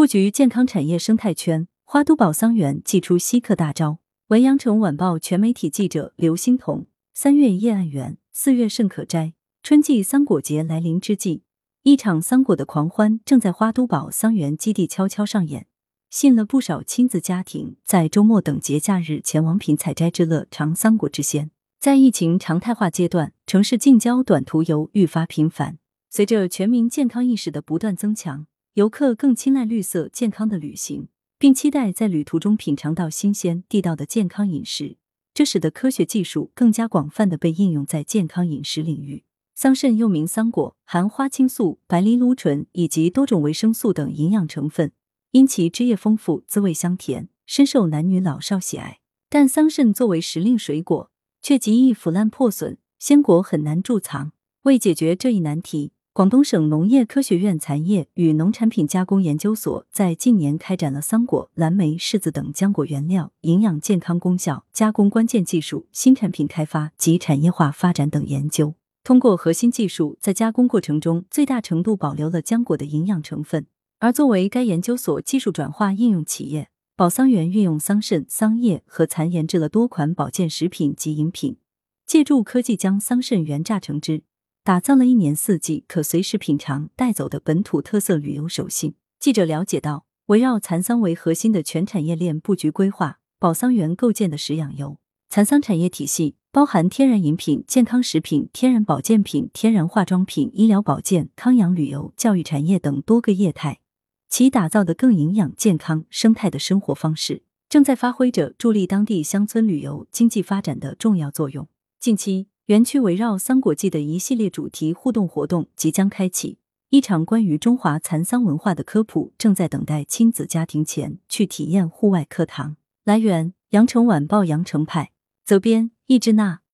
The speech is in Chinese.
布局健康产业生态圈，花都宝桑园祭出稀客大招。文阳城晚报全媒体记者刘欣彤。3月夜暗圆，4月盛可摘。春季桑果节来临之际，一场桑果的狂欢正在花都宝桑园基地悄悄上演，吸引了不少亲子家庭在周末等节假日前往品采摘之乐，尝桑果之鲜。在疫情常态化阶段，城市近郊短途游愈发频繁。随着全民健康意识的不断增强，游客更青睐绿色健康的旅行，并期待在旅途中品尝到新鲜地道的健康饮食，这使得科学技术更加广泛地被应用在健康饮食领域。桑葚又名桑果，含花青素、白藜芦醇以及多种维生素等营养成分，因其汁液丰富、滋味香甜，深受男女老少喜爱。但桑葚作为时令水果，却极易腐烂破损，鲜果很难贮藏。为解决这一难题，广东省农业科学院蚕业与农产品加工研究所在近年开展了桑果、蓝莓、柿子等浆果原料、营养健康功效、加工关键技术、新产品开发及产业化发展等研究。通过核心技术，在加工过程中最大程度保留了浆果的营养成分。而作为该研究所技术转化应用企业，宝桑园运用桑葚、桑叶和蚕研制了多款保健食品及饮品，借助科技将桑葚原榨成汁，打造了1年4季可随时品尝带走的本土特色旅游手信。记者了解到，围绕蚕桑为核心的全产业链布局规划，宝桑园构建的食养游蚕桑产业体系包含天然饮品、健康食品、天然保健品、天然化妆品、医疗保健、康养旅游、教育产业等多个业态，其打造的更营养、健康、生态的生活方式，正在发挥着助力当地乡村旅游经济发展的重要作用。近期，园区围绕桑果季的一系列主题互动活动即将开启，一场关于中华蚕桑文化的科普正在等待亲子家庭前去体验户外课堂。来源：羊城晚报羊城派，责编：易之娜。